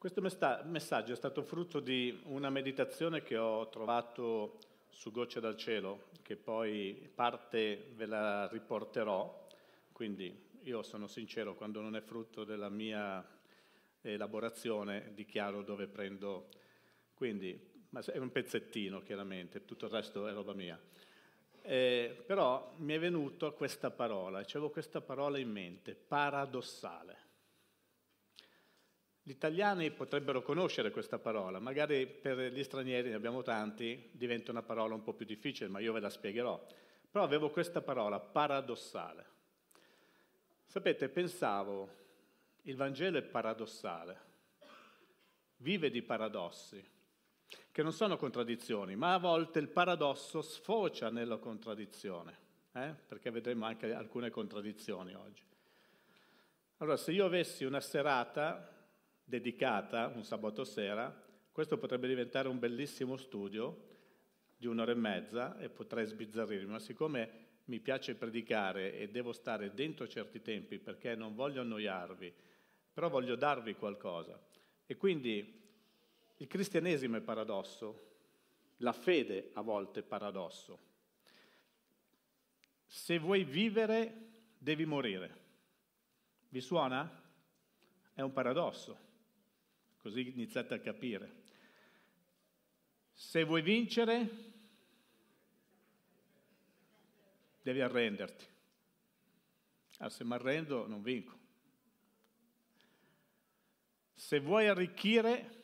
Questo messaggio è stato frutto di una meditazione che ho trovato su Gocce dal Cielo, che poi parte ve la riporterò, quindi io sono sincero, quando non è frutto della mia elaborazione dichiaro dove prendo, quindi, ma è un pezzettino chiaramente, tutto il resto è roba mia. Però mi è venuto questa parola, avevo questa parola in mente, paradossale. Gli italiani potrebbero conoscere questa parola, magari per gli stranieri, ne abbiamo tanti, diventa una parola un po' più difficile, ma io ve la spiegherò. Però avevo questa parola, paradossale. Sapete, pensavo, il Vangelo è paradossale, vive di paradossi, che non sono contraddizioni, ma a volte il paradosso sfocia nella contraddizione, perché vedremo anche alcune contraddizioni oggi. Allora, se io avessi una serata dedicata, un sabato sera, questo potrebbe diventare un bellissimo studio di 1 ora e mezza e potrei sbizzarrirmi, ma siccome mi piace predicare e devo stare dentro certi tempi perché non voglio annoiarvi, però voglio darvi qualcosa. E quindi il cristianesimo è paradosso, la fede a volte è paradosso. Se vuoi vivere, devi morire. Vi suona? È un paradosso. Così iniziate a capire. Se vuoi vincere, devi arrenderti. Se mi arrendo, non vinco. Se vuoi arricchire,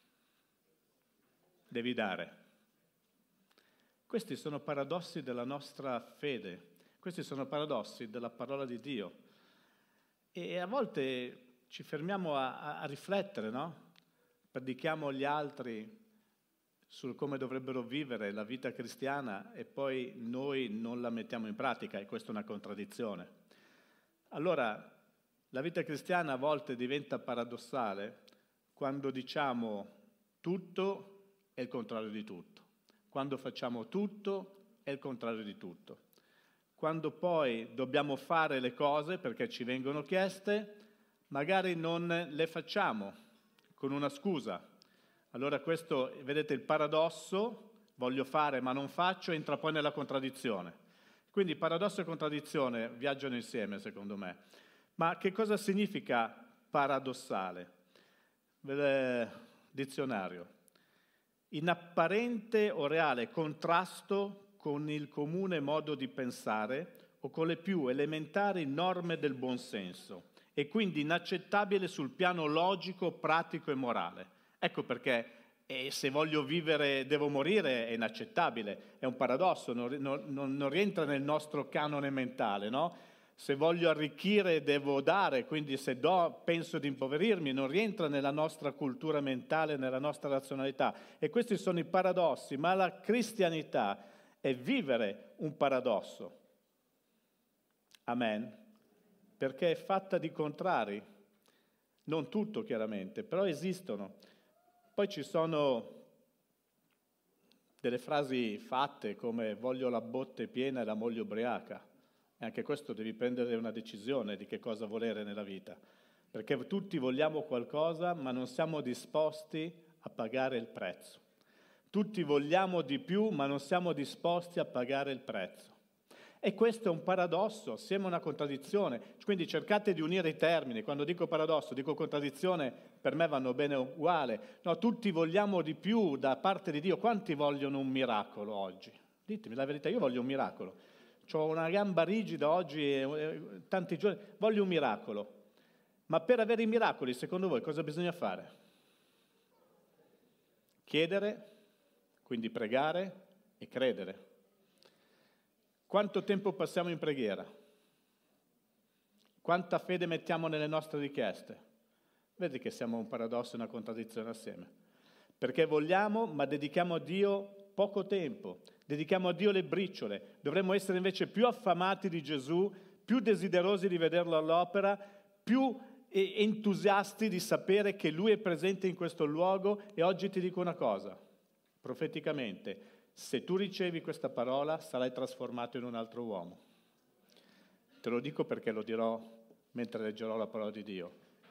devi dare. Questi sono paradossi della nostra fede, questi sono paradossi della parola di Dio. E a volte ci fermiamo a riflettere, no? Predichiamo agli altri sul come dovrebbero vivere la vita cristiana e poi noi non la mettiamo in pratica, e questa è una contraddizione. Allora, la vita cristiana a volte diventa paradossale quando diciamo tutto è il contrario di tutto, quando facciamo tutto è il contrario di tutto, quando poi dobbiamo fare le cose perché ci vengono chieste, magari non le facciamo con una scusa. Allora questo, vedete, il paradosso, voglio fare ma non faccio, entra poi nella contraddizione. Quindi paradosso e contraddizione viaggiano insieme, secondo me. Ma che cosa significa paradossale? Dizionario. In apparente o reale contrasto con il comune modo di pensare o con le più elementari norme del buonsenso e quindi inaccettabile sul piano logico, pratico e morale. Ecco perché se voglio vivere devo morire è inaccettabile, è un paradosso, non rientra nel nostro canone mentale, no? Se voglio arricchire devo dare, quindi se do penso di impoverirmi, non rientra nella nostra cultura mentale, nella nostra razionalità. E questi sono i paradossi, ma la cristianità è vivere un paradosso. Amen. Perché è fatta di contrari. Non tutto chiaramente, però esistono. Poi ci sono delle frasi fatte come voglio la botte piena e la moglie ubriaca. E anche questo devi prendere una decisione di che cosa volere nella vita, perché tutti vogliamo qualcosa ma non siamo disposti a pagare il prezzo. Tutti vogliamo di più ma non siamo disposti a pagare il prezzo. E questo è un paradosso, assieme a una contraddizione. Quindi cercate di unire i termini. Quando dico paradosso, dico contraddizione, per me vanno bene uguale. No, tutti vogliamo di più da parte di Dio. Quanti vogliono un miracolo oggi? Ditemi la verità, io voglio un miracolo. Ho una gamba rigida oggi e tanti giorni, voglio un miracolo. Ma per avere i miracoli, secondo voi, cosa bisogna fare? Chiedere, quindi pregare e credere. Quanto tempo passiamo in preghiera? Quanta fede mettiamo nelle nostre richieste? Vedi che siamo un paradosso e una contraddizione assieme. Perché vogliamo, ma dedichiamo a Dio poco tempo, dedichiamo a Dio le briciole. Dovremmo essere invece più affamati di Gesù, più desiderosi di vederlo all'opera, più entusiasti di sapere che Lui è presente in questo luogo. E oggi ti dico una cosa, profeticamente, se tu ricevi questa parola sarai trasformato in un altro uomo. Te lo dico perché lo dirò mentre leggerò la parola di Dio.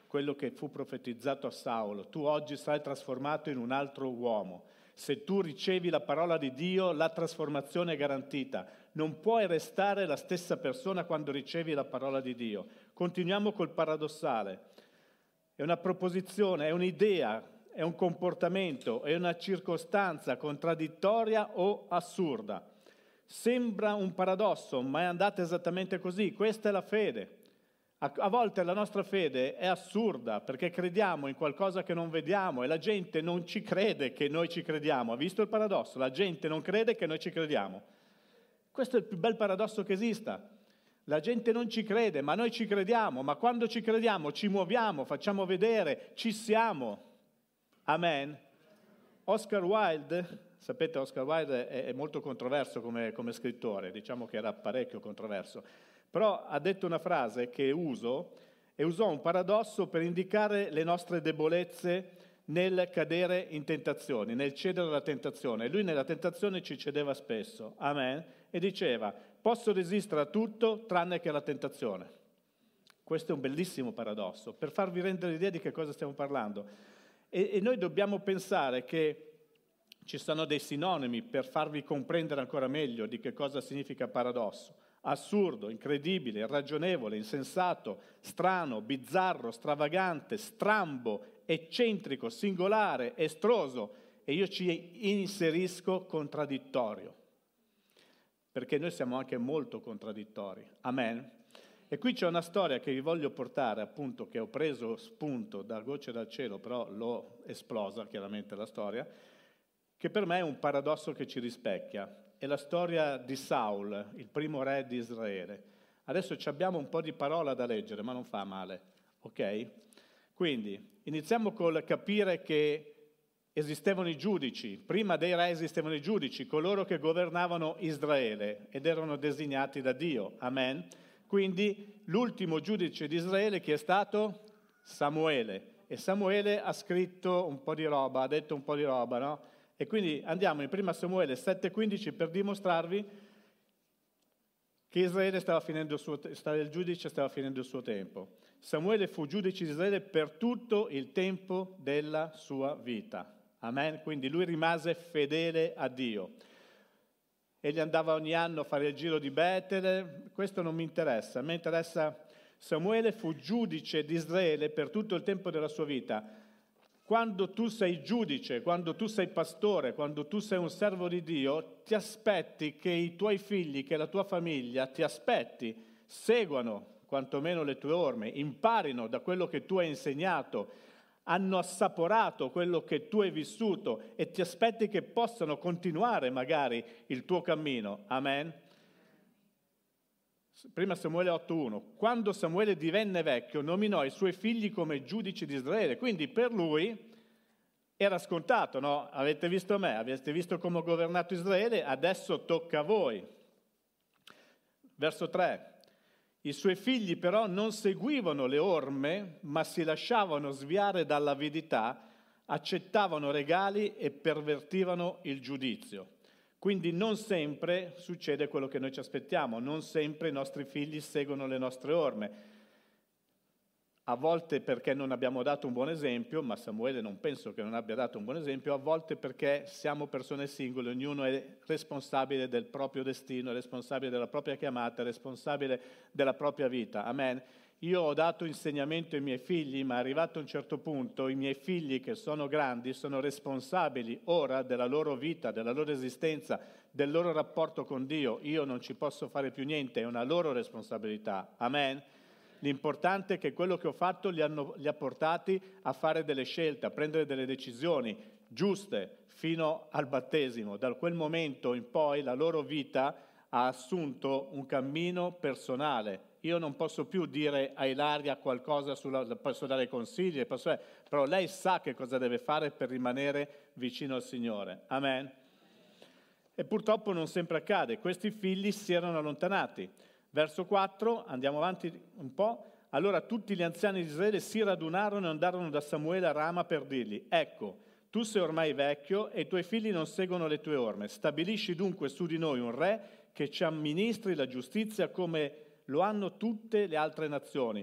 quello che fu profetizzato a Saulo. Tu oggi sarai trasformato in un altro uomo. Se tu ricevi la parola di Dio, la trasformazione è garantita. Non puoi restare la stessa persona quando ricevi la parola di Dio. Continuiamo col paradossale. È una proposizione, è un'idea, è un comportamento, è una circostanza contraddittoria o assurda. Sembra un paradosso, ma è andata esattamente così. Questa è la fede. A volte la nostra fede è assurda perché crediamo in qualcosa che non vediamo e la gente non ci crede che noi ci crediamo. Ha visto il paradosso? La gente non crede che noi ci crediamo. Questo è il più bel paradosso che esista. La gente non ci crede, ma noi ci crediamo. Ma quando ci crediamo ci muoviamo, facciamo vedere, ci siamo. Amen. Oscar Wilde, sapete, Oscar Wilde è molto controverso come scrittore, diciamo che era parecchio controverso. Però ha detto una frase che uso e usò un paradosso per indicare le nostre debolezze nel cadere in tentazioni, nel cedere alla tentazione. Lui nella tentazione ci cedeva spesso, amen, e diceva: posso resistere a tutto tranne che alla tentazione. Questo è un bellissimo paradosso, per farvi rendere l'idea di che cosa stiamo parlando. E noi dobbiamo pensare che ci sono dei sinonimi per farvi comprendere ancora meglio di che cosa significa paradosso. Assurdo, incredibile, irragionevole, insensato, strano, bizzarro, stravagante, strambo, eccentrico, singolare, estroso, e io ci inserisco contraddittorio, perché noi siamo anche molto contraddittori. Amen? E qui c'è una storia che vi voglio portare, appunto, che ho preso spunto da Gocce dal cielo, però l'ho esplosa chiaramente la storia, che per me è un paradosso che ci rispecchia. È la storia di Saul, il primo re di Israele. Adesso abbiamo un po' di parola da leggere, ma non fa male, ok? Quindi, iniziamo col capire che esistevano i giudici. Prima dei re esistevano i giudici, coloro che governavano Israele ed erano designati da Dio. Amen? Quindi, l'ultimo giudice di Israele chi è stato? Samuele. E Samuele ha scritto un po' di roba, ha detto un po' di roba, no? E quindi andiamo in 1 Samuele 7,15 per dimostrarvi che Israele il giudice stava finendo il suo tempo. Samuele fu giudice di Israele per tutto il tempo della sua vita. Amen? Quindi lui rimase fedele a Dio. Egli andava ogni anno a fare il giro di Betel, questo non mi interessa. A me interessa, Samuele fu giudice di Israele per tutto il tempo della sua vita. Quando tu sei giudice, quando tu sei pastore, quando tu sei un servo di Dio, ti aspetti che i tuoi figli, che la tua famiglia, seguano quantomeno le tue orme, imparino da quello che tu hai insegnato, hanno assaporato quello che tu hai vissuto e ti aspetti che possano continuare magari il tuo cammino. Amen? 1 Samuele 8,1. Quando Samuele divenne vecchio, nominò i suoi figli come giudici di Israele. Quindi per lui era scontato, no? Avete visto me, avete visto come ho governato Israele, adesso tocca a voi. Verso 3. I suoi figli però non seguivano le orme, ma si lasciavano sviare dall'avidità, accettavano regali e pervertivano il giudizio. Quindi non sempre succede quello che noi ci aspettiamo, non sempre i nostri figli seguono le nostre orme. A volte perché non abbiamo dato un buon esempio, ma Samuele non penso che non abbia dato un buon esempio, a volte perché siamo persone singole, ognuno è responsabile del proprio destino, è responsabile della propria chiamata, è responsabile della propria vita. Amen. Io ho dato insegnamento ai miei figli, ma arrivato a un certo punto i miei figli che sono grandi sono responsabili ora della loro vita, della loro esistenza, del loro rapporto con Dio. Io non ci posso fare più niente, è una loro responsabilità. Amen. L'importante è che quello che ho fatto li ha portati a fare delle scelte, a prendere delle decisioni giuste fino al battesimo. Da quel momento in poi la loro vita ha assunto un cammino personale. Io non posso più dire a Ilaria qualcosa, posso dare consigli, però lei sa che cosa deve fare per rimanere vicino al Signore. Amen. E purtroppo non sempre accade. Questi figli si erano allontanati. Verso 4, andiamo avanti un po'. Allora tutti gli anziani di Israele si radunarono e andarono da Samuele a Rama per dirgli: ecco, tu sei ormai vecchio e i tuoi figli non seguono le tue orme. Stabilisci dunque su di noi un re che ci amministri la giustizia come lo hanno tutte le altre nazioni.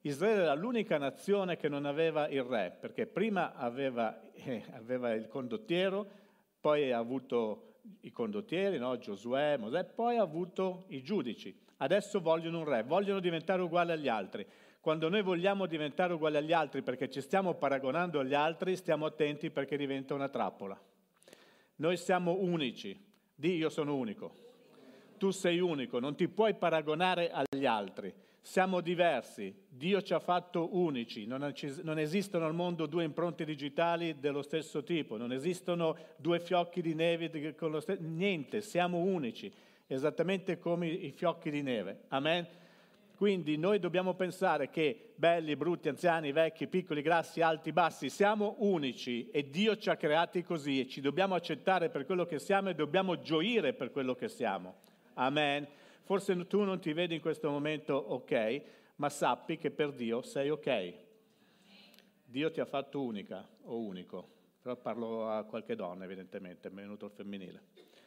Israele era l'unica nazione che non aveva il re, perché prima aveva il condottiero, poi ha avuto i condottieri, no? Giosuè, Mosè, poi ha avuto i giudici. Adesso vogliono un re, vogliono diventare uguali agli altri. Quando noi vogliamo diventare uguali agli altri perché ci stiamo paragonando agli altri, stiamo attenti perché diventa una trappola. Noi siamo unici. Dì io sono unico. Tu sei unico, non ti puoi paragonare agli altri. Siamo diversi. Dio ci ha fatto unici. Non esistono al mondo due impronte digitali dello stesso tipo. Non esistono due fiocchi di neve con lo stesso... Niente, siamo unici. Esattamente come i fiocchi di neve. Amen? Quindi noi dobbiamo pensare che belli, brutti, anziani, vecchi, piccoli, grassi, alti, bassi, siamo unici e Dio ci ha creati così e ci dobbiamo accettare per quello che siamo e dobbiamo gioire per quello che siamo. Amen. Forse tu non ti vedi in questo momento ok, ma sappi che per Dio sei ok. Dio ti ha fatto unica o unico, però parlo a qualche donna evidentemente, è venuto il femminile.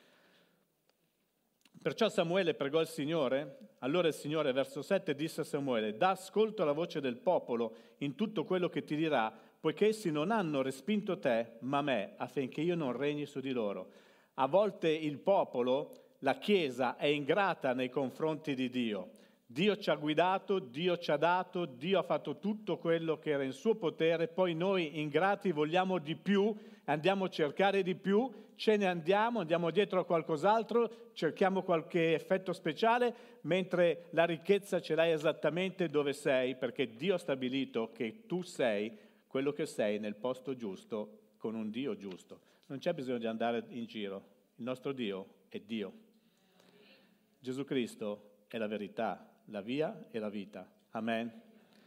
Perciò Samuele pregò il Signore, allora il Signore, verso 7, disse a Samuele: dà ascolto alla voce del popolo in tutto quello che ti dirà, poiché essi non hanno respinto te, ma me, affinché io non regni su di loro. A volte il popolo, la Chiesa, è ingrata nei confronti di Dio. Dio ci ha guidato, Dio ci ha dato, Dio ha fatto tutto quello che era in suo potere, poi noi ingrati vogliamo di più, andiamo a cercare di più, ce ne andiamo dietro a qualcos'altro, cerchiamo qualche effetto speciale, mentre la ricchezza ce l'hai esattamente dove sei, perché Dio ha stabilito che tu sei quello che sei nel posto giusto, con un Dio giusto. Non c'è bisogno di andare in giro, il nostro Dio è Dio. Gesù Cristo è la verità, la via e la vita. Amen.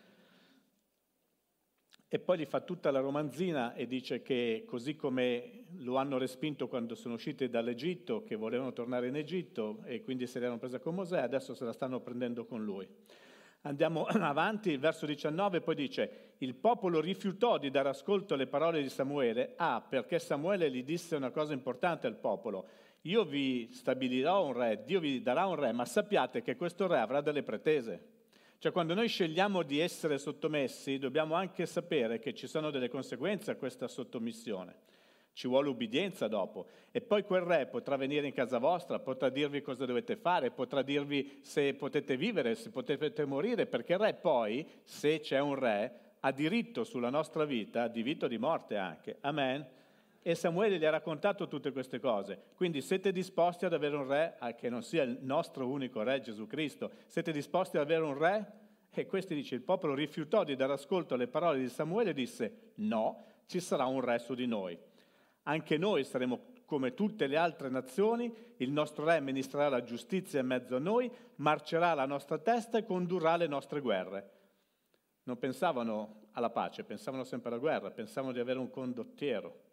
E poi gli fa tutta la romanzina e dice che così come lo hanno respinto quando sono usciti dall'Egitto, che volevano tornare in Egitto e quindi se l'erano presa con Mosè, adesso se la stanno prendendo con lui. Andiamo avanti, verso 19, poi dice: il popolo rifiutò di dare ascolto alle parole di Samuele, perché Samuele gli disse una cosa importante al popolo: io vi stabilirò un re, Dio vi darà un re, ma sappiate che questo re avrà delle pretese. Cioè quando noi scegliamo di essere sottomessi dobbiamo anche sapere che ci sono delle conseguenze a questa sottomissione. Ci vuole ubbidienza dopo. E poi quel re potrà venire in casa vostra, potrà dirvi cosa dovete fare, potrà dirvi se potete vivere, se potete morire, perché il re poi, se c'è un re, ha diritto sulla nostra vita di vita o di morte anche. Amen? E Samuele gli ha raccontato tutte queste cose. Quindi siete disposti ad avere un re che non sia il nostro unico re Gesù Cristo? Siete disposti ad avere un re? E questo dice: il popolo rifiutò di dare ascolto alle parole di Samuele e disse: no, ci sarà un re su di noi. Anche noi saremo come tutte le altre nazioni, il nostro re amministrerà la giustizia in mezzo a noi, marcerà alla nostra testa e condurrà le nostre guerre. Non pensavano alla pace, pensavano sempre alla guerra, pensavano di avere un condottiero.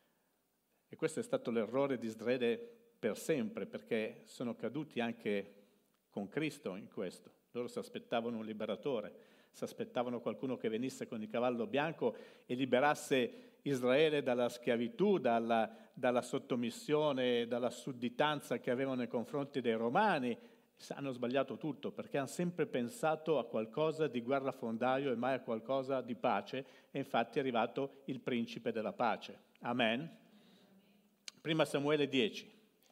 E questo è stato l'errore di Israele per sempre, perché sono caduti anche con Cristo in questo. Loro si aspettavano un liberatore, si aspettavano qualcuno che venisse con il cavallo bianco e liberasse Israele dalla schiavitù, dalla sottomissione, dalla sudditanza che avevano nei confronti dei Romani. Hanno sbagliato tutto, perché hanno sempre pensato a qualcosa di guerrafondaio e mai a qualcosa di pace, e infatti è arrivato il principe della pace. Amen. Prima Samuele 10.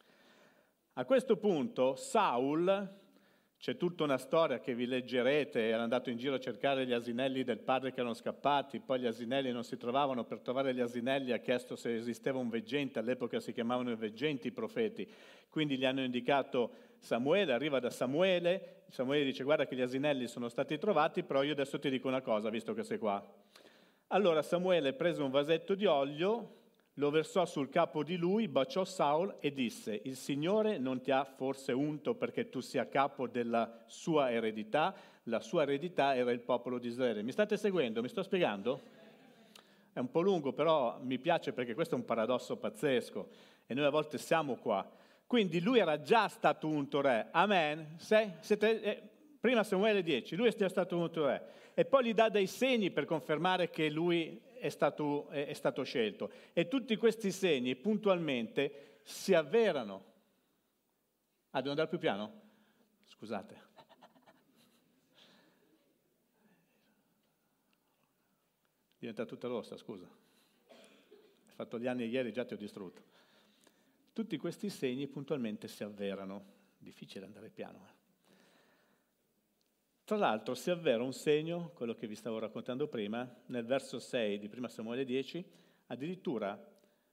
A questo punto Saul, c'è tutta una storia che vi leggerete, era andato in giro a cercare gli asinelli del padre che erano scappati, poi gli asinelli non si trovavano, per trovare gli asinelli ha chiesto se esisteva un veggente, all'epoca si chiamavano i veggenti i profeti, quindi gli hanno indicato Samuele, arriva da Samuele dice: guarda che gli asinelli sono stati trovati, però io adesso ti dico una cosa, visto che sei qua. Allora Samuele prese un vasetto di olio, lo versò sul capo di lui, baciò Saul e disse: il Signore non ti ha forse unto perché tu sia capo della sua eredità? La sua eredità era il popolo di Israele. Mi state seguendo? Mi sto spiegando? È un po' lungo, però mi piace perché questo è un paradosso pazzesco e noi a volte siamo qua. Quindi lui era già stato unto re. Amen? Prima Samuele 10, lui è già stato unto re. E poi gli dà dei segni per confermare che lui è stato scelto. E tutti questi segni puntualmente si avverano. Devo andare più piano? Scusate. Diventa tutta rossa, scusa. Hai fatto gli anni ieri, già ti ho distrutto. Tutti questi segni puntualmente si avverano. Difficile andare piano. Tra l'altro si avvera un segno, quello che vi stavo raccontando prima, nel verso 6 di 1 Samuele 10, addirittura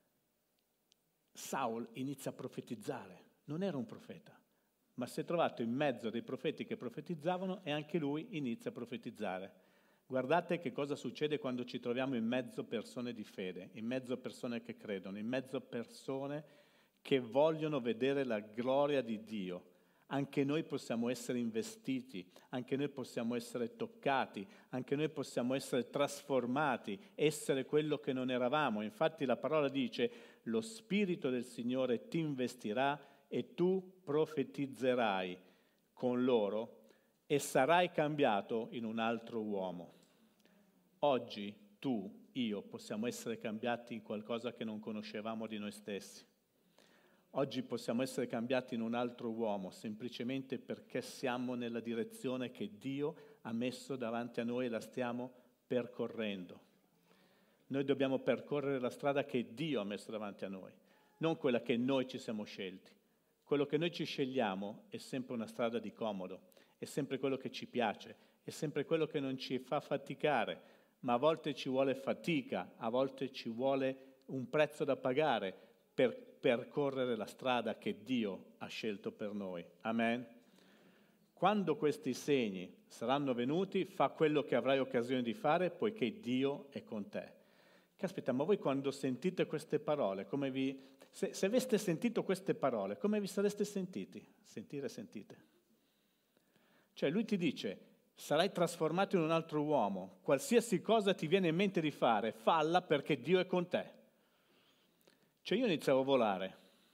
Saul inizia a profetizzare. Non era un profeta, ma si è trovato in mezzo dei profeti che profetizzavano e anche lui inizia a profetizzare. Guardate che cosa succede quando ci troviamo in mezzo persone di fede, in mezzo persone che credono, in mezzo persone che vogliono vedere la gloria di Dio. Anche noi possiamo essere investiti, anche noi possiamo essere toccati, anche noi possiamo essere trasformati, essere quello che non eravamo. Infatti la parola dice: lo Spirito del Signore ti investirà e tu profetizzerai con loro e sarai cambiato in un altro uomo. Oggi tu, io, possiamo essere cambiati in qualcosa che non conoscevamo di noi stessi. Oggi possiamo essere cambiati in un altro uomo, semplicemente perché siamo nella direzione che Dio ha messo davanti a noi e la stiamo percorrendo. Noi dobbiamo percorrere la strada che Dio ha messo davanti a noi, non quella che noi ci siamo scelti. Quello che noi ci scegliamo è sempre una strada di comodo, è sempre quello che ci piace, è sempre quello che non ci fa faticare, ma a volte ci vuole fatica, a volte ci vuole un prezzo da pagare per percorrere la strada che Dio ha scelto per noi. Amen? Quando questi segni saranno venuti, fa quello che avrai occasione di fare, poiché Dio è con te. Caspita, ma voi quando sentite queste parole, se aveste sentito queste parole, come vi sareste sentiti? Sentite. Cioè lui ti dice: sarai trasformato in un altro uomo, qualsiasi cosa ti viene in mente di fare, falla perché Dio è con te. Cioè io iniziavo a volare,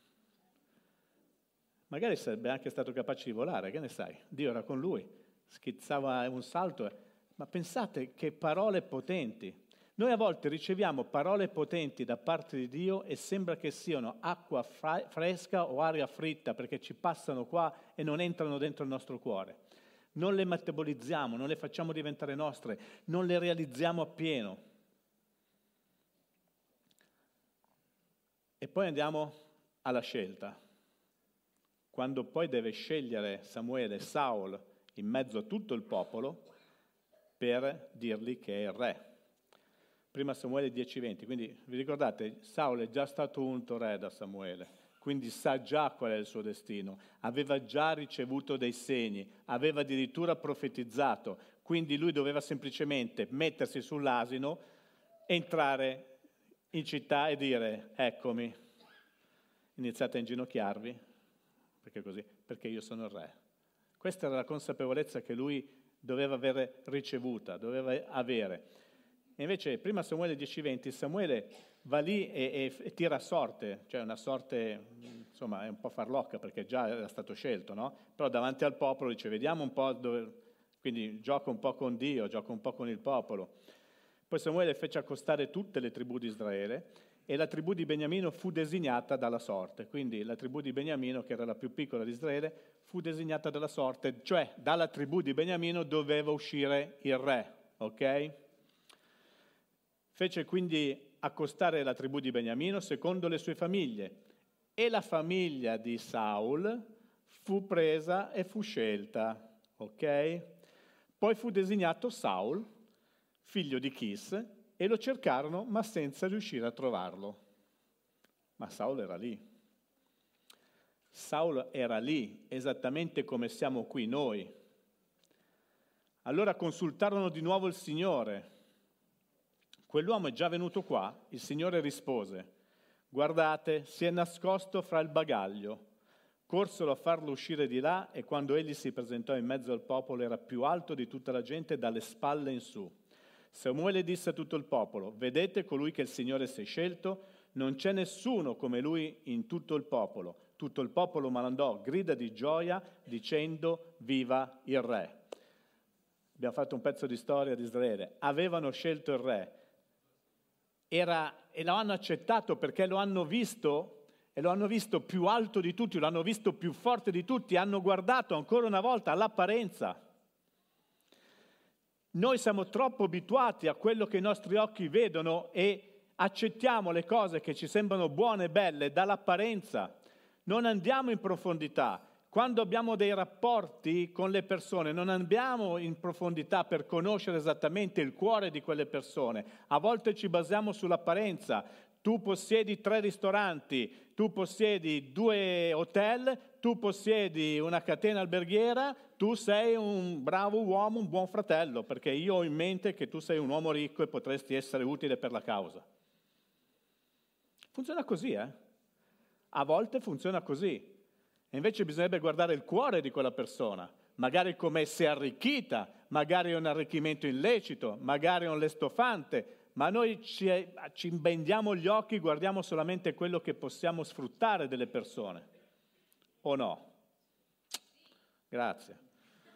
magari sarebbe anche stato capace di volare, che ne sai? Dio era con lui, schizzava un salto, ma pensate che parole potenti. Noi a volte riceviamo parole potenti da parte di Dio e sembra che siano acqua fresca o aria fritta, perché ci passano qua e non entrano dentro il nostro cuore. Non le metabolizziamo, non le facciamo diventare nostre, non le realizziamo appieno. E poi andiamo alla scelta. Quando poi deve scegliere Samuele Saul in mezzo a tutto il popolo per dirgli che è il re. 1 Samuele 10:20, quindi vi ricordate, Saul è già stato unto re da Samuele, quindi sa già qual è il suo destino, aveva già ricevuto dei segni, aveva addirittura profetizzato, quindi lui doveva semplicemente mettersi sull'asino, entrare in città e dire: eccomi, iniziate a inginocchiarvi, perché io sono il re. Questa era la consapevolezza che lui doveva avere ricevuta, doveva avere. E invece, prima Samuele 10:20, Samuele va lì e tira a sorte, cioè una sorte, insomma, è un po' farlocca perché già era stato scelto, no? Però davanti al popolo dice: vediamo un po' dove, quindi gioca un po' con Dio, gioca un po' con il popolo. Poi Samuele fece accostare tutte le tribù di Israele e la tribù di Beniamino fu designata dalla sorte. Quindi la tribù di Beniamino, che era la più piccola di Israele, fu designata dalla sorte, cioè dalla tribù di Beniamino doveva uscire il re, ok? Fece quindi accostare la tribù di Beniamino secondo le sue famiglie e la famiglia di Saul fu presa e fu scelta, ok? Poi fu designato Saul, figlio di Chis, e lo cercarono ma senza riuscire a trovarlo. Ma Saul era lì. Saul era lì, esattamente come siamo qui noi. Allora consultarono di nuovo il Signore. Quell'uomo è già venuto qua? Il Signore rispose: guardate, si è nascosto fra il bagaglio. Corsero a farlo uscire di là e quando egli si presentò in mezzo al popolo era più alto di tutta la gente dalle spalle in su. Samuele disse a tutto il popolo: vedete colui che il Signore si è scelto? Non c'è nessuno come lui in tutto il popolo. Tutto il popolo mandò grida di gioia dicendo: viva il re. Abbiamo fatto un pezzo di storia di Israele. Avevano scelto il re. E lo hanno accettato perché lo hanno visto, e lo hanno visto più alto di tutti, lo hanno visto più forte di tutti, hanno guardato ancora una volta all'apparenza. Noi siamo troppo abituati a quello che i nostri occhi vedono e accettiamo le cose che ci sembrano buone e belle dall'apparenza. Non andiamo in profondità. Quando abbiamo dei rapporti con le persone, non andiamo in profondità per conoscere esattamente il cuore di quelle persone. A volte ci basiamo sull'apparenza. Tu possiedi 3 ristoranti, tu possiedi 2 hotel, tu possiedi una catena alberghiera, tu sei un bravo uomo, un buon fratello, perché io ho in mente che tu sei un uomo ricco e potresti essere utile per la causa. Funziona così, A volte funziona così. E invece bisognerebbe guardare il cuore di quella persona, magari come si è arricchita, magari è un arricchimento illecito, magari è un lestofante, ma noi ci imbendiamo gli occhi, guardiamo solamente quello che possiamo sfruttare delle persone. O no? Grazie.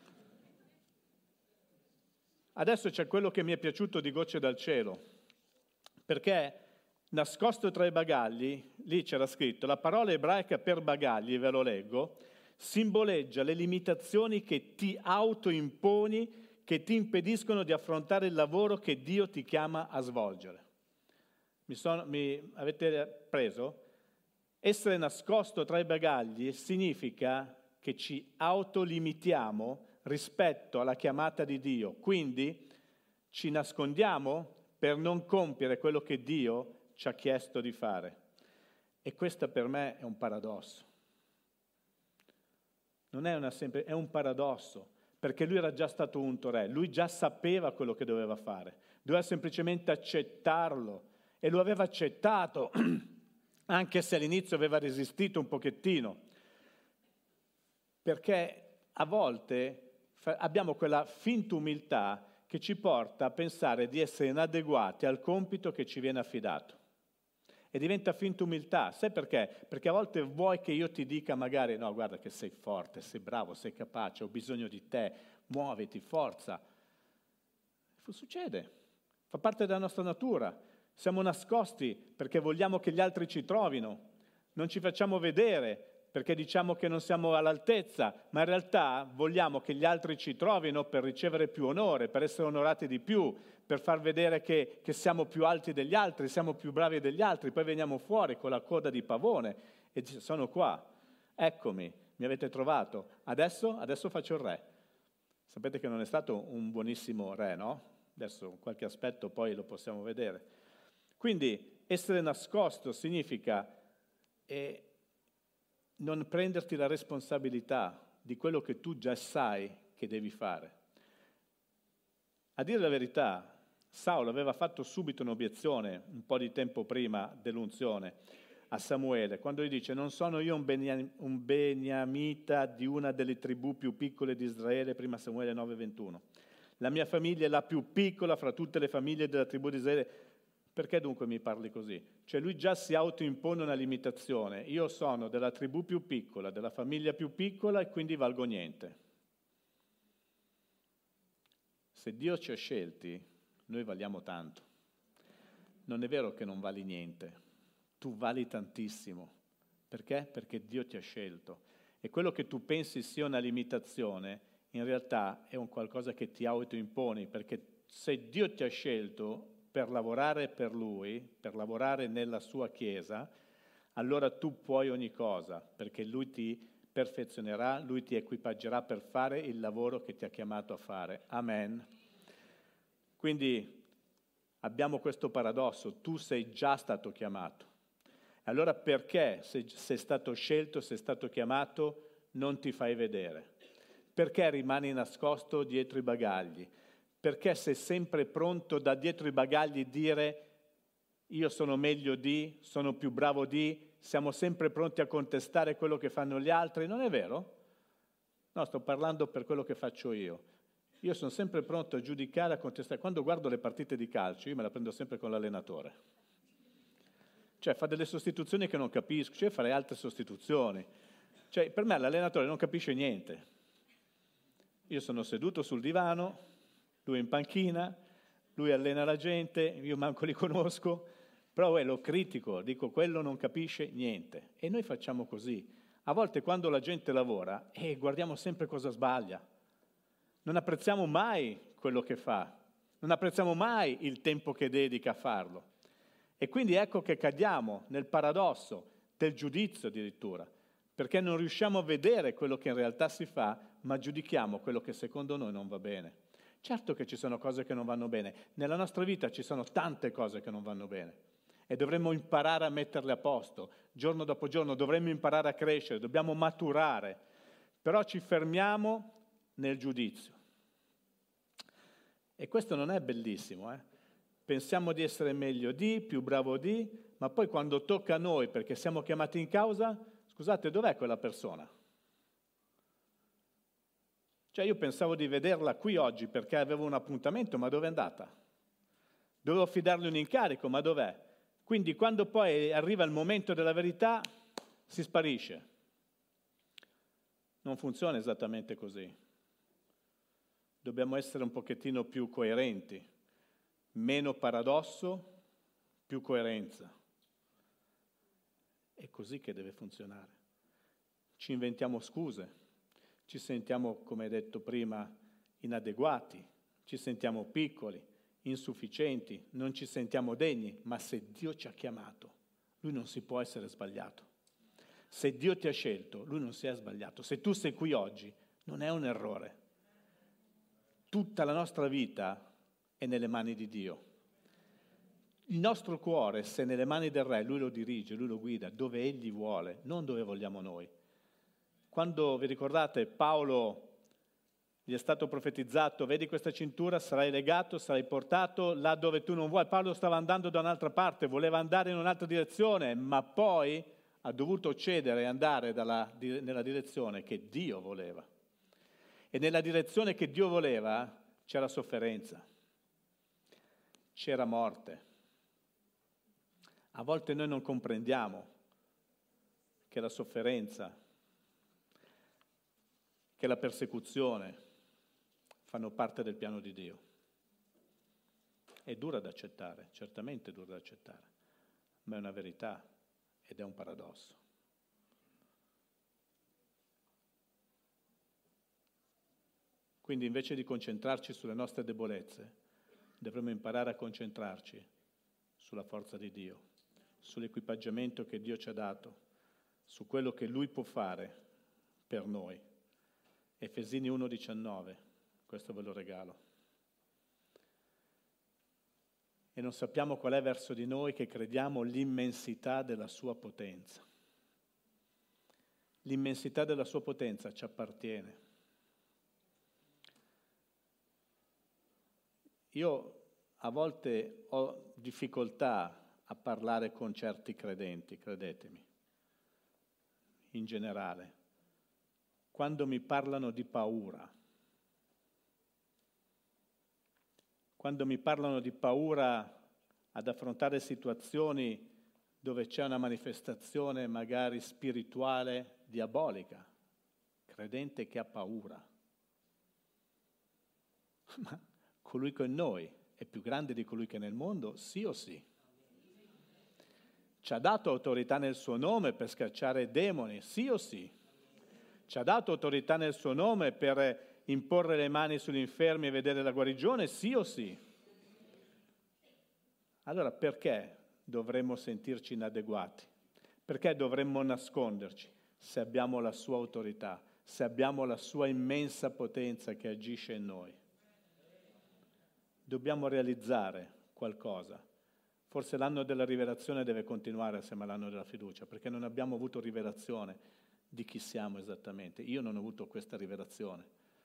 Adesso c'è quello che mi è piaciuto di Gocce dal cielo, perché nascosto tra i bagagli, lì c'era scritto, la parola ebraica per bagagli, ve lo leggo, simboleggia le limitazioni che ti autoimponi, che ti impediscono di affrontare il lavoro che Dio ti chiama a svolgere. Mi avete preso? Essere nascosto tra i bagagli significa che ci autolimitiamo rispetto alla chiamata di Dio, quindi ci nascondiamo per non compiere quello che Dio ci ha chiesto di fare. E questo per me è un paradosso. Non è è un paradosso, perché lui era già stato unto re, lui già sapeva quello che doveva fare, doveva semplicemente accettarlo e lo aveva accettato, anche se all'inizio aveva resistito un pochettino, perché a volte abbiamo quella finta umiltà che ci porta a pensare di essere inadeguati al compito che ci viene affidato. E diventa finta umiltà. Sai perché? Perché a volte vuoi che io ti dica magari no, guarda che sei forte, sei bravo, sei capace, ho bisogno di te, muoviti, forza. Succede, fa parte della nostra natura. Siamo nascosti perché vogliamo che gli altri ci trovino, non ci facciamo vedere perché diciamo che non siamo all'altezza, ma in realtà vogliamo che gli altri ci trovino per ricevere più onore, per essere onorati di più, per far vedere che siamo più alti degli altri, siamo più bravi degli altri, poi veniamo fuori con la coda di pavone e dice sono qua, eccomi, mi avete trovato, adesso faccio il re. Sapete che non è stato un buonissimo re, no? Adesso qualche aspetto poi lo possiamo vedere. Quindi essere nascosto significa non prenderti la responsabilità di quello che tu già sai che devi fare. A dire la verità, Saulo aveva fatto subito un'obiezione un po' di tempo prima dell'unzione a Samuele, quando gli dice non sono io un beniamita di una delle tribù più piccole di Israele, prima Samuele 9,21. La mia famiglia è la più piccola fra tutte le famiglie della tribù di Israele. Perché dunque mi parli così? Cioè lui già si autoimpone una limitazione. Io sono della tribù più piccola, della famiglia più piccola e quindi valgo niente. Se Dio ci ha scelti, noi valiamo tanto. Non è vero che non vali niente. Tu vali tantissimo. Perché? Perché Dio ti ha scelto. E quello che tu pensi sia una limitazione, in realtà è un qualcosa che ti autoimponi, perché se Dio ti ha scelto per lavorare per Lui, per lavorare nella sua Chiesa, allora tu puoi ogni cosa, perché Lui ti perfezionerà, Lui ti equipaggerà per fare il lavoro che ti ha chiamato a fare. Amen. Quindi abbiamo questo paradosso, tu sei già stato chiamato. Allora perché se sei stato scelto, sei stato chiamato, non ti fai vedere? Perché rimani nascosto dietro i bagagli? Perché sei sempre pronto da dietro i bagagli dire io sono meglio di, sono più bravo di, siamo sempre pronti a contestare quello che fanno gli altri? Non è vero? No, sto parlando per quello che faccio io. Io sono sempre pronto a giudicare, a contestare. Quando guardo le partite di calcio, io me la prendo sempre con l'allenatore. Cioè fa delle sostituzioni che non capisco, cioè farei altre sostituzioni. Cioè per me l'allenatore non capisce niente. Io sono seduto sul divano, lui in panchina, lui allena la gente, io manco li conosco, però lo critico, dico quello non capisce niente. E noi facciamo così. A volte quando la gente lavora, guardiamo sempre cosa sbaglia. Non apprezziamo mai quello che fa, non apprezziamo mai il tempo che dedica a farlo. E quindi ecco che cadiamo nel paradosso del giudizio addirittura, perché non riusciamo a vedere quello che in realtà si fa, ma giudichiamo quello che secondo noi non va bene. Certo che ci sono cose che non vanno bene, nella nostra vita ci sono tante cose che non vanno bene e dovremmo imparare a metterle a posto, giorno dopo giorno dovremmo imparare a crescere, dobbiamo maturare, però ci fermiamo nel giudizio. E questo non è bellissimo, Pensiamo di essere meglio di, più bravo di, ma poi quando tocca a noi, perché siamo chiamati in causa, scusate, dov'è quella persona? Cioè io pensavo di vederla qui oggi perché avevo un appuntamento, ma dove è andata? Dovevo affidargli un incarico, ma dov'è? Quindi quando poi arriva il momento della verità, si sparisce. Non funziona esattamente così. Dobbiamo essere un pochettino più coerenti. Meno paradosso, più coerenza. È così che deve funzionare. Ci inventiamo scuse, ci sentiamo, come detto prima, inadeguati, ci sentiamo piccoli, insufficienti, non ci sentiamo degni, ma se Dio ci ha chiamato, Lui non si può essere sbagliato. Se Dio ti ha scelto, Lui non si è sbagliato. Se tu sei qui oggi, non è un errore. Tutta la nostra vita è nelle mani di Dio. Il nostro cuore, se è nelle mani del Re, Lui lo dirige, Lui lo guida dove Egli vuole, non dove vogliamo noi. Quando, vi ricordate, Paolo gli è stato profetizzato, vedi questa cintura, sarai legato, sarai portato là dove tu non vuoi. Paolo stava andando da un'altra parte, voleva andare in un'altra direzione, ma poi ha dovuto cedere e andare nella direzione che Dio voleva. E nella direzione che Dio voleva c'era sofferenza, c'era morte. A volte noi non comprendiamo che la sofferenza, che la persecuzione fanno parte del piano di Dio. È dura da accettare, certamente dura da accettare, ma è una verità ed è un paradosso. Quindi invece di concentrarci sulle nostre debolezze, dovremmo imparare a concentrarci sulla forza di Dio, sull'equipaggiamento che Dio ci ha dato, su quello che Lui può fare per noi. Efesini 1,19, questo ve lo regalo. E non sappiamo qual è verso di noi che crediamo l'immensità della sua potenza. L'immensità della sua potenza ci appartiene. Io a volte ho difficoltà a parlare con certi credenti, credetemi, in generale. Quando mi parlano di paura, quando mi parlano di paura ad affrontare situazioni dove c'è una manifestazione magari spirituale diabolica, credente che ha paura. Ma colui che è in noi è più grande di colui che è nel mondo, sì o sì? Ci ha dato autorità nel suo nome per scacciare demoni, sì o sì? Ci ha dato autorità nel suo nome per imporre le mani sugli infermi e vedere la guarigione, sì o sì? Allora perché dovremmo sentirci inadeguati? Perché dovremmo nasconderci se abbiamo la sua autorità, se abbiamo la sua immensa potenza che agisce in noi? Dobbiamo realizzare qualcosa. Forse l'anno della rivelazione deve continuare assieme all'anno della fiducia, perché non abbiamo avuto rivelazione di chi siamo esattamente. Io non ho avuto questa rivelazione.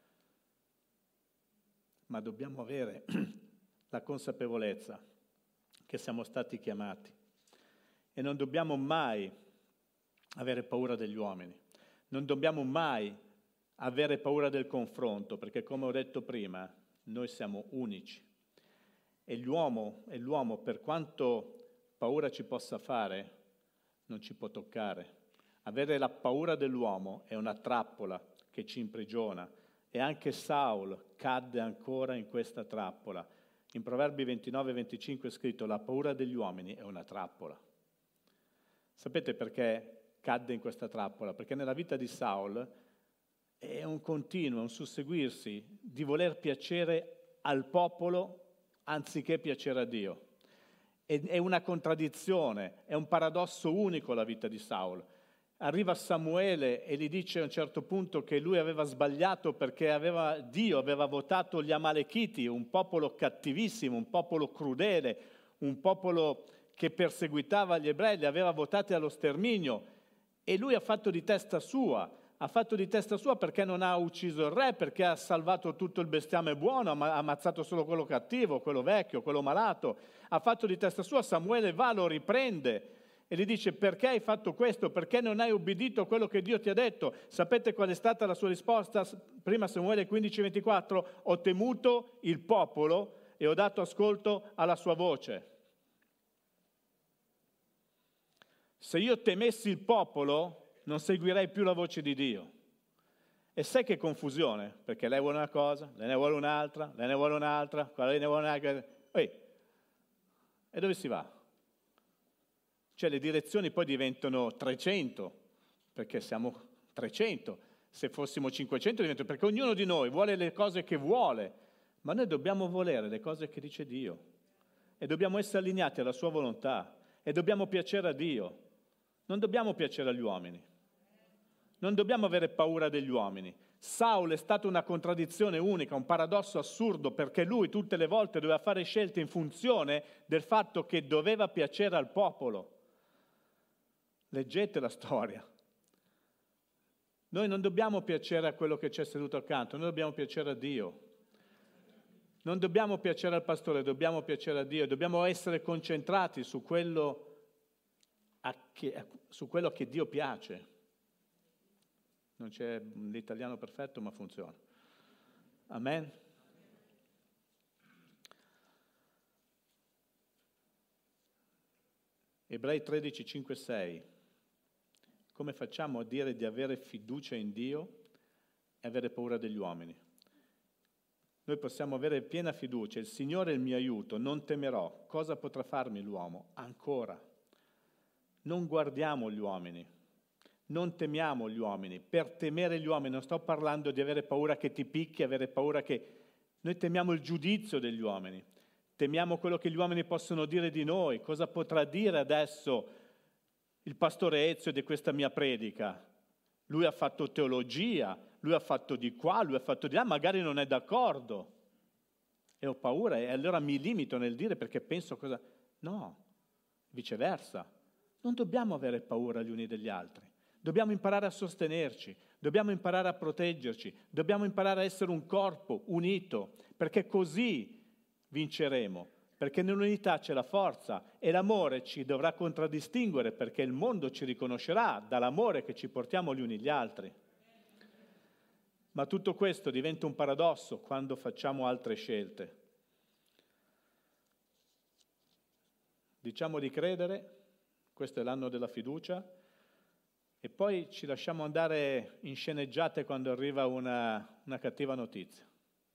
Ma dobbiamo avere la consapevolezza che siamo stati chiamati e non dobbiamo mai avere paura degli uomini. Non dobbiamo mai avere paura del confronto, perché come ho detto prima, noi siamo unici. E l'uomo, per quanto paura ci possa fare, non ci può toccare. Avere la paura dell'uomo è una trappola che ci imprigiona. E anche Saul cadde ancora in questa trappola. In Proverbi 29-25 è scritto: la paura degli uomini è una trappola. Sapete perché cadde in questa trappola? Perché nella vita di Saul è un continuo, un susseguirsi di voler piacere al popolo anziché piacere a Dio. È una contraddizione, è un paradosso unico la vita di Saulo. Arriva Samuele e gli dice a un certo punto che lui aveva sbagliato perché Dio aveva votato gli Amalechiti, un popolo cattivissimo, un popolo crudele, un popolo che perseguitava gli ebrei, li aveva votati allo sterminio, e lui ha fatto di testa sua perché non ha ucciso il re, perché ha salvato tutto il bestiame buono, ha ammazzato solo quello cattivo, quello vecchio, quello malato, ha fatto di testa sua. Samuele va, lo riprende e gli dice: perché hai fatto questo? Perché non hai obbedito a quello che Dio ti ha detto? Sapete qual è stata la sua risposta? Prima Samuele 15:24: ho temuto il popolo e ho dato ascolto alla sua voce. Se io temessi il popolo, non seguirei più la voce di Dio. E sai che confusione? Perché lei vuole una cosa, lei ne vuole un'altra, lei ne vuole un'altra, lei ne vuole un'altra. E dove si va? Cioè le direzioni poi diventano 300, perché siamo 300. Se fossimo 500 diventano, perché ognuno di noi vuole le cose che vuole, ma noi dobbiamo volere le cose che dice Dio. E dobbiamo essere allineati alla sua volontà. E dobbiamo piacere a Dio. Non dobbiamo piacere agli uomini. Non dobbiamo avere paura degli uomini. Saulo è stata una contraddizione unica, un paradosso assurdo, perché lui tutte le volte doveva fare scelte in funzione del fatto che doveva piacere al popolo. Leggete la storia. Noi non dobbiamo piacere a quello che c'è seduto accanto, noi dobbiamo piacere a Dio. Non dobbiamo piacere al pastore, dobbiamo piacere a Dio, dobbiamo essere concentrati su quello che Dio piace. Non c'è l'italiano perfetto, ma funziona. Amen? Ebrei 13, 5, 6. Come facciamo a dire di avere fiducia in Dio e avere paura degli uomini? Noi possiamo avere piena fiducia. Il Signore è il mio aiuto, non temerò. Cosa potrà farmi l'uomo? Ancora. Non guardiamo gli uomini. Non temiamo gli uomini. Per temere gli uomini non sto parlando di avere paura che ti picchi, avere paura che... Noi temiamo il giudizio degli uomini. Temiamo quello che gli uomini possono dire di noi. Cosa potrà dire adesso il pastore Ezio di questa mia predica? Lui ha fatto teologia, lui ha fatto di qua, lui ha fatto di là, magari non è d'accordo. E ho paura e allora mi limito nel dire perché penso cosa... No, viceversa. Non dobbiamo avere paura gli uni degli altri. Dobbiamo imparare a sostenerci, dobbiamo imparare a proteggerci, dobbiamo imparare a essere un corpo unito, perché così vinceremo, perché nell'unità c'è la forza e l'amore ci dovrà contraddistinguere, perché il mondo ci riconoscerà dall'amore che ci portiamo gli uni gli altri. Ma tutto questo diventa un paradosso quando facciamo altre scelte. Diciamo di credere, questo è l'anno della fiducia, e poi ci lasciamo andare in sceneggiate quando arriva una cattiva notizia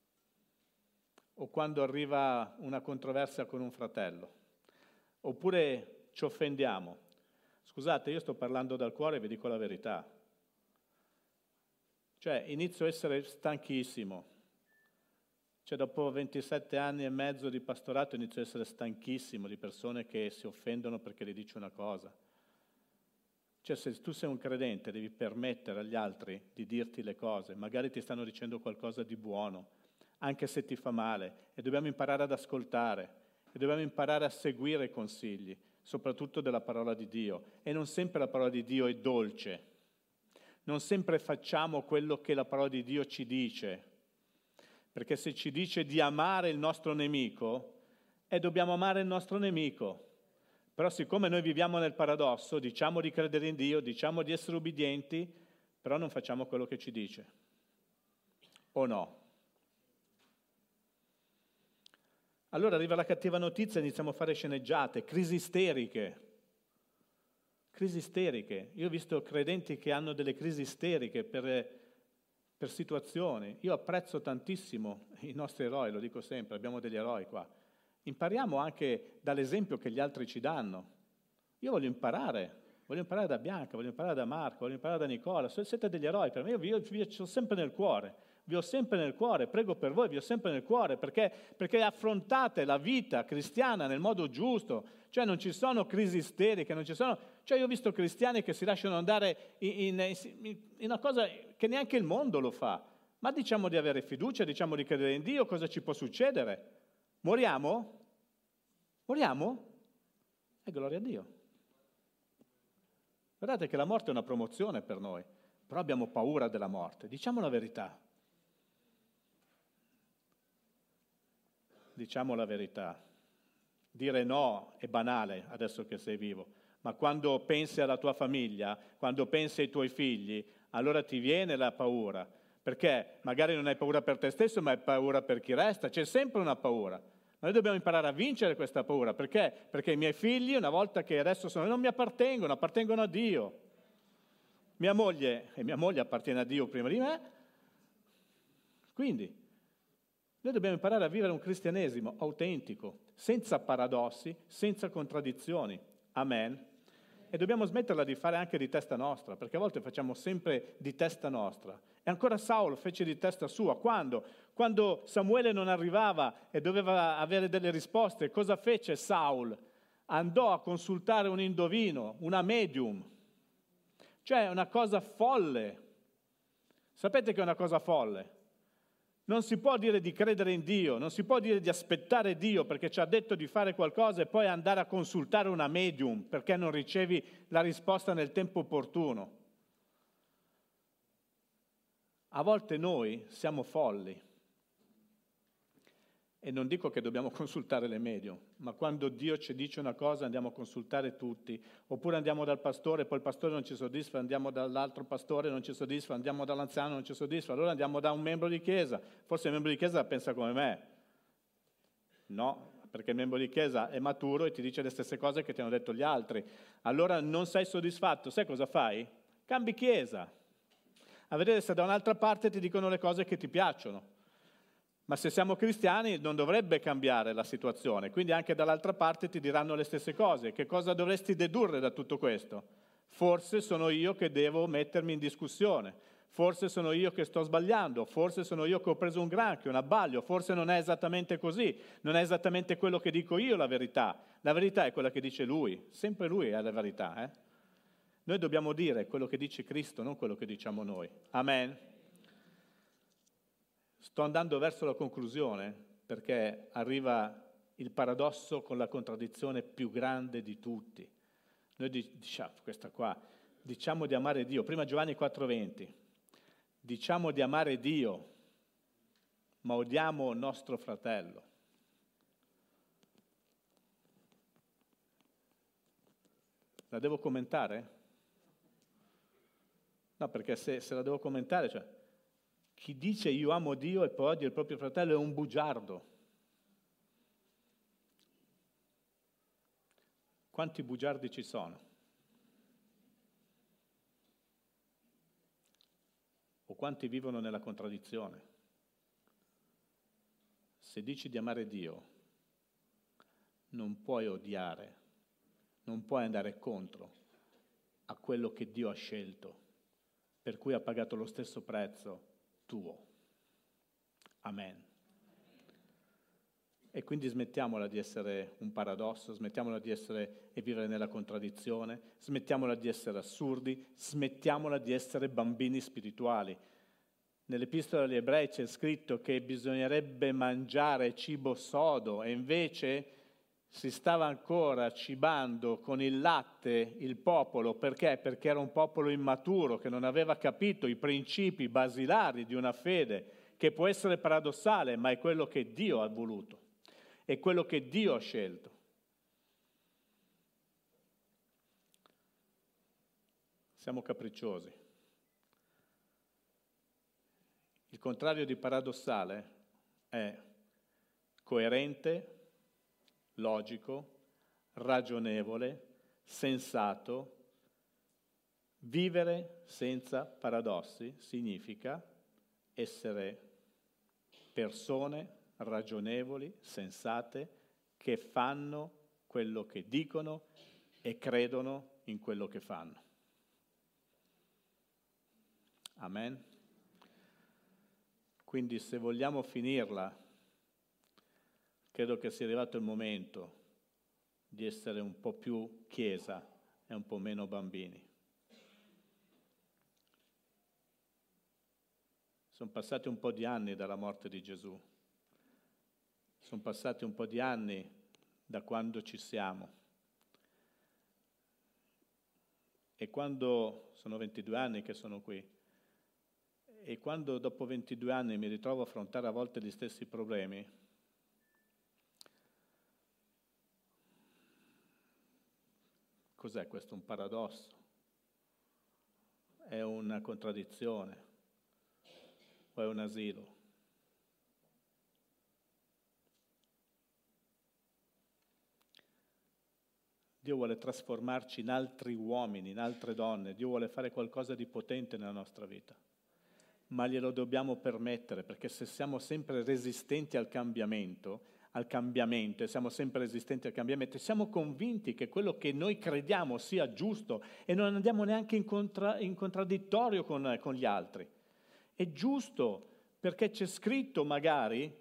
o quando arriva una controversia con un fratello, oppure ci offendiamo. Scusate, io sto parlando dal cuore e vi dico la verità. Cioè, inizio a essere stanchissimo. Cioè, dopo 27 anni e mezzo di pastorato inizio a essere stanchissimo di persone che si offendono perché gli dici una cosa. Cioè, se tu sei un credente devi permettere agli altri di dirti le cose, magari ti stanno dicendo qualcosa di buono, anche se ti fa male, e dobbiamo imparare ad ascoltare, e dobbiamo imparare a seguire i consigli, soprattutto della parola di Dio. E non sempre la parola di Dio è dolce, non sempre facciamo quello che la parola di Dio ci dice, perché se ci dice di amare il nostro nemico, dobbiamo amare il nostro nemico. Però siccome noi viviamo nel paradosso, diciamo di credere in Dio, diciamo di essere ubbidienti, però non facciamo quello che ci dice. O no? Allora arriva la cattiva notizia e iniziamo a fare sceneggiate, crisi isteriche. Crisi isteriche. Io ho visto credenti che hanno delle crisi isteriche per situazioni. Io apprezzo tantissimo i nostri eroi, lo dico sempre, abbiamo degli eroi qua. Impariamo anche dall'esempio che gli altri ci danno. Io voglio imparare da Bianca, voglio imparare da Marco, voglio imparare da Nicola. Siete degli eroi per me, io vi ho sempre nel cuore. vi ho sempre nel cuore, prego per voi, vi ho sempre nel cuore, perché affrontate la vita cristiana nel modo giusto, cioè non ci sono crisi isteriche, non ci sono... Cioè io ho visto cristiani che si lasciano andare in una cosa che neanche il mondo lo fa, ma diciamo di avere fiducia, diciamo di credere in Dio, cosa ci può succedere? Moriamo? Moriamo? E gloria a Dio. Guardate che la morte è una promozione per noi, però abbiamo paura della morte, diciamo la verità. Diciamo la verità. Dire no è banale adesso che sei vivo, ma quando pensi alla tua famiglia, quando pensi ai tuoi figli, allora ti viene la paura, perché magari non hai paura per te stesso, ma hai paura per chi resta, c'è sempre una paura. Noi dobbiamo imparare a vincere questa paura, perché? Perché i miei figli, una volta che adesso non mi appartengono, appartengono a Dio. Mia moglie appartiene a Dio prima di me, quindi noi dobbiamo imparare a vivere un cristianesimo autentico, senza paradossi, senza contraddizioni. Amen. E dobbiamo smetterla di fare anche di testa nostra, perché a volte facciamo sempre di testa nostra. E ancora Saulo fece di testa sua. Quando? Quando Samuele non arrivava e doveva avere delle risposte, cosa fece Saul? Andò a consultare un indovino, una medium. Cioè una cosa folle. Sapete che è una cosa folle? Non si può dire di credere in Dio, non si può dire di aspettare Dio perché ci ha detto di fare qualcosa e poi andare a consultare una medium perché non ricevi la risposta nel tempo opportuno. A volte noi siamo folli e non dico che dobbiamo consultare le medium, ma quando Dio ci dice una cosa andiamo a consultare tutti, oppure andiamo dal pastore, poi il pastore non ci soddisfa, andiamo dall'altro pastore, non ci soddisfa, andiamo dall'anziano, non ci soddisfa, allora andiamo da un membro di chiesa, forse il membro di chiesa pensa come me. No, perché il membro di chiesa è maturo e ti dice le stesse cose che ti hanno detto gli altri. Allora non sei soddisfatto, sai cosa fai? Cambi chiesa, a vedere se da un'altra parte ti dicono le cose che ti piacciono. Ma se siamo cristiani non dovrebbe cambiare la situazione, quindi anche dall'altra parte ti diranno le stesse cose. Che cosa dovresti dedurre da tutto questo? Forse sono io che devo mettermi in discussione, forse sono io che sto sbagliando, forse sono io che ho preso un granchio, un abbaglio, forse non è esattamente così, non è esattamente quello che dico io la verità è quella che dice Lui, sempre Lui è la verità. Noi dobbiamo dire quello che dice Cristo, non quello che diciamo noi. Amen. Sto andando verso la conclusione perché arriva il paradosso con la contraddizione più grande di tutti. Noi diciamo, questa qua, diciamo di amare Dio. Prima Giovanni 4,20, diciamo di amare Dio, ma odiamo il nostro fratello. La devo commentare? No, perché se la devo commentare, cioè, chi dice io amo Dio e poi odia il proprio fratello è un bugiardo. Quanti bugiardi ci sono? O quanti vivono nella contraddizione? Se dici di amare Dio, non puoi odiare, non puoi andare contro a quello che Dio ha scelto, per cui ha pagato lo stesso prezzo tuo. Amen. E quindi smettiamola di essere un paradosso, smettiamola di essere e vivere nella contraddizione, smettiamola di essere assurdi, smettiamola di essere bambini spirituali. Nell'Epistola agli Ebrei c'è scritto che bisognerebbe mangiare cibo sodo e invece si stava ancora cibando con il latte il popolo. Perché? Perché era un popolo immaturo che non aveva capito i principi basilari di una fede che può essere paradossale, ma è quello che Dio ha voluto, è quello che Dio ha scelto. Siamo capricciosi. Il contrario di paradossale è coerente, logico, ragionevole, sensato. Vivere senza paradossi significa essere persone ragionevoli, sensate, che fanno quello che dicono e credono in quello che fanno. Amen. Quindi se vogliamo finirla, credo che sia arrivato il momento di essere un po' più chiesa e un po' meno bambini. Sono passati un po' di anni dalla morte di Gesù. Sono passati un po' di anni da quando ci siamo. E quando sono 22 anni che sono qui, e quando dopo 22 anni mi ritrovo a affrontare a volte gli stessi problemi, cos'è questo? Un paradosso? È una contraddizione? O è un asilo? Dio vuole trasformarci in altri uomini, in altre donne. Dio vuole fare qualcosa di potente nella nostra vita. Ma glielo dobbiamo permettere, perché se siamo sempre resistenti al cambiamento, e siamo sempre resistenti al cambiamento, e siamo convinti che quello che noi crediamo sia giusto e non andiamo neanche in contraddittorio con gli altri. È giusto perché c'è scritto magari,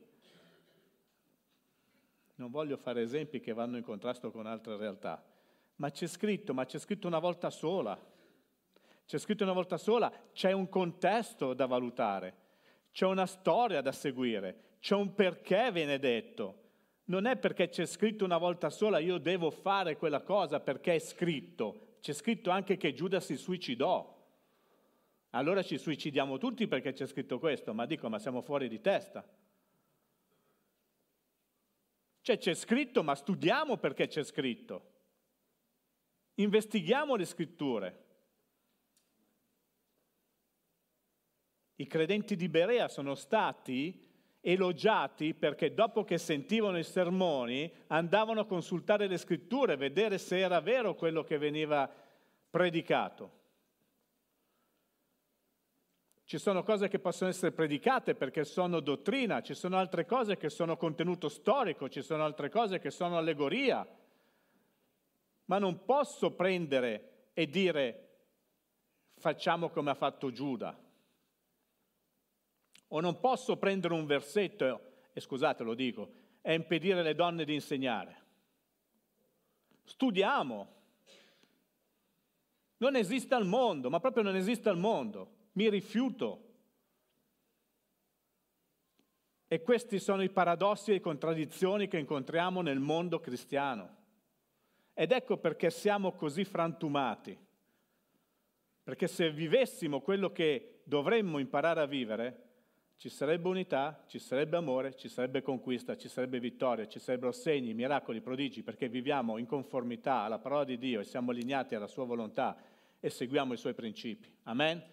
non voglio fare esempi che vanno in contrasto con altre realtà, ma c'è scritto una volta sola. C'è scritto una volta sola, c'è un contesto da valutare, c'è una storia da seguire, c'è un perché viene detto. Non è perché c'è scritto una volta sola io devo fare quella cosa perché è scritto. C'è scritto anche che Giuda si suicidò. Allora ci suicidiamo tutti perché c'è scritto questo, ma siamo fuori di testa. Cioè c'è scritto, ma studiamo perché c'è scritto. Investighiamo le scritture. I credenti di Berea sono stati elogiati perché dopo che sentivano i sermoni andavano a consultare le scritture, vedere se era vero quello che veniva predicato. Ci sono cose che possono essere predicate perché sono dottrina, ci sono altre cose che sono contenuto storico, ci sono altre cose che sono allegoria. Ma non posso prendere e dire facciamo come ha fatto Giuda. O non posso prendere un versetto, e scusate lo dico, e impedire alle donne di insegnare. Studiamo. Non esiste al mondo, ma proprio non esiste al mondo. Mi rifiuto. E questi sono i paradossi e le contraddizioni che incontriamo nel mondo cristiano. Ed ecco perché siamo così frantumati. Perché se vivessimo quello che dovremmo imparare a vivere, ci sarebbe unità, ci sarebbe amore, ci sarebbe conquista, ci sarebbe vittoria, ci sarebbero segni, miracoli, prodigi, perché viviamo in conformità alla parola di Dio e siamo allineati alla sua volontà e seguiamo i suoi principi. Amen?